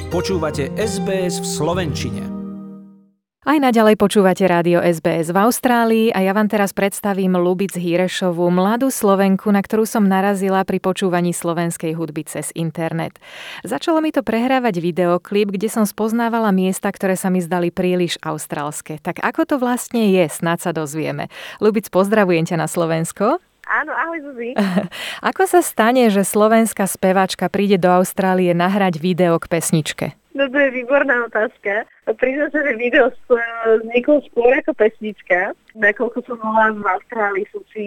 Počúvate SBS v slovenčine. Aj naďalej počúvate rádio SBS v Austrálii a ja vám teraz predstavím Ľubic Hírešovú, mladú Slovenku, na ktorú som narazila pri počúvaní slovenskej hudby cez internet. Začalo mi to prehrávať videoklip, kde som spoznávala miesta, ktoré sa mi zdali príliš austrálske. Tak ako to vlastne je, snáď sa dozvieme. Ľubic, pozdravujem ťa na Slovensko. Áno, ahoj Zuzi. Ako sa stane, že slovenská speváčka príde do Austrálie nahrať video k pesničke? No to je výborná otázka. Priznám sa, že video vzniklo skôr ako pesnička. Nakoľko som bola v Austrálii,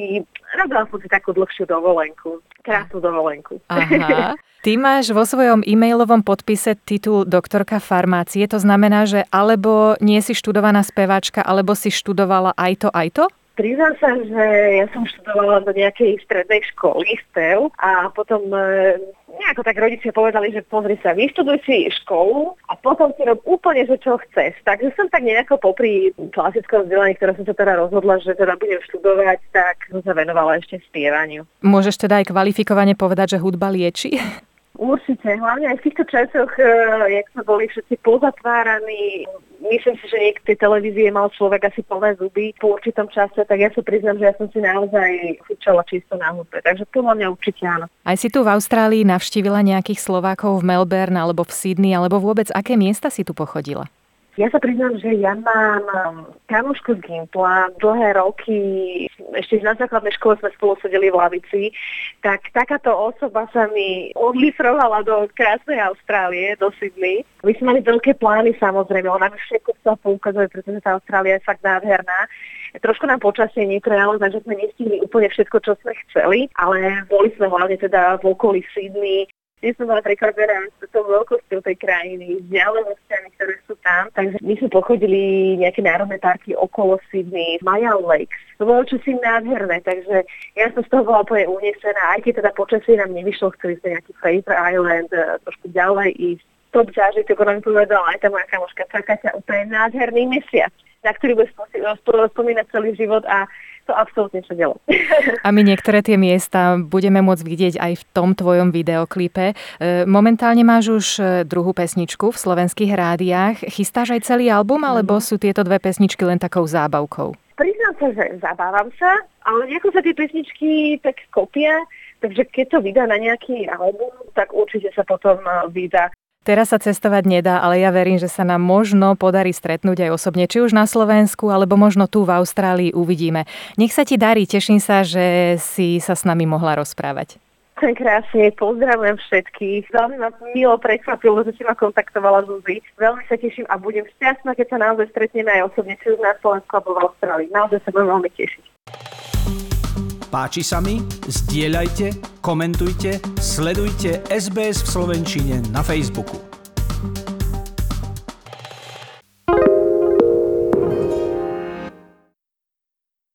robila som si takú dlhšiu dovolenku. Krásnu dovolenku. Aha. Ty máš vo svojom e-mailovom podpise titul doktorka farmácie. To znamená, že alebo nie si študovaná speváčka, alebo si študovala aj to? Priznám sa, že ja som študovala do nejakej strednej školy spev a potom nejako tak rodičia povedali, že pozri sa, vyštuduj si školu a potom si rob úplne, že čo chceš. Takže som tak nejako popri klasickom vzdelaní, ktoré som sa teda rozhodla, že teda budem študovať, tak som sa venovala ešte spievaniu. Môžeš teda aj kvalifikovane povedať, že hudba lieči? Určite, hlavne aj v týchto časoch, jak sme boli všetci pozatváraní, myslím si, že niekde televízie mal človek asi plné zuby po určitom čase, tak ja sa priznám, že ja som si naozaj chučala čisto na hudbe, takže podľa mňa určite áno. Aj si tu v Austrálii navštívila nejakých Slovákov v Melbourne alebo v Sydney, alebo vôbec aké miesta si tu pochodila? Ja sa priznám, že ja mám kamošku z Gimpla, dlhé roky, ešte na základnej škole sme spolu sedeli v lavici, tak takáto osoba sa mi odlifrovala do krásnej Austrálie, do Sydney. My sme mali veľké plány, samozrejme, ona mi všetko chcela poukazovať, pretože tá Austrália je fakt nádherná. Trošku nám počasie neprejalo, takže sme nestihli úplne všetko, čo sme chceli, ale boli sme hlavne teda v okolí Sydney. Ja som bola prekvapená s tou veľkosťou tej krajiny, s vzdialenosťami, ktoré sú tam. Takže my sme pochodili nejaké národné parky okolo Sydney, Maya Lakes. To bolo čosi nádherné, takže ja som z toho bola úplne unesená. Aj keď teda počasie nám nevyšlo, chceli sme nejaký Fraser Island, trošku ďalej ísť. Top zážitok, ako nám povedala aj tá moja kamoška, čaká ťa úplne nádherný mesiac, na ktorý budeš spomínať celý život a to absolútne sa dialo. A my niektoré tie miesta budeme môcť vidieť aj v tom tvojom videoklipe. Momentálne máš už druhú pesničku v slovenských rádiách. Chystáš aj celý album, alebo sú tieto dve pesničky len takou zábavkou? Priznám sa, že zabávam sa, ale nejako sa tie pesničky tak kopia, takže keď to vydá na nejaký album, tak určite sa potom vydá. Teraz sa cestovať nedá, ale ja verím, že sa nám možno podarí stretnúť aj osobne, či už na Slovensku, alebo možno tu v Austrálii uvidíme. Nech sa ti darí, teším sa, že si sa s nami mohla rozprávať. Krásne, pozdravujem všetkých. Veľmi ma milo prekvapilo, že si ma kontaktovala Zuzi. Veľmi sa teším a budem šťastná, keď sa naozaj stretneme aj osobne, či už na Slovensku alebo v Austrálii. Naozaj sa budem veľmi tešiť. Páči sa mi? Zdieľajte, komentujte, sledujte SBS v slovenčine na Facebooku.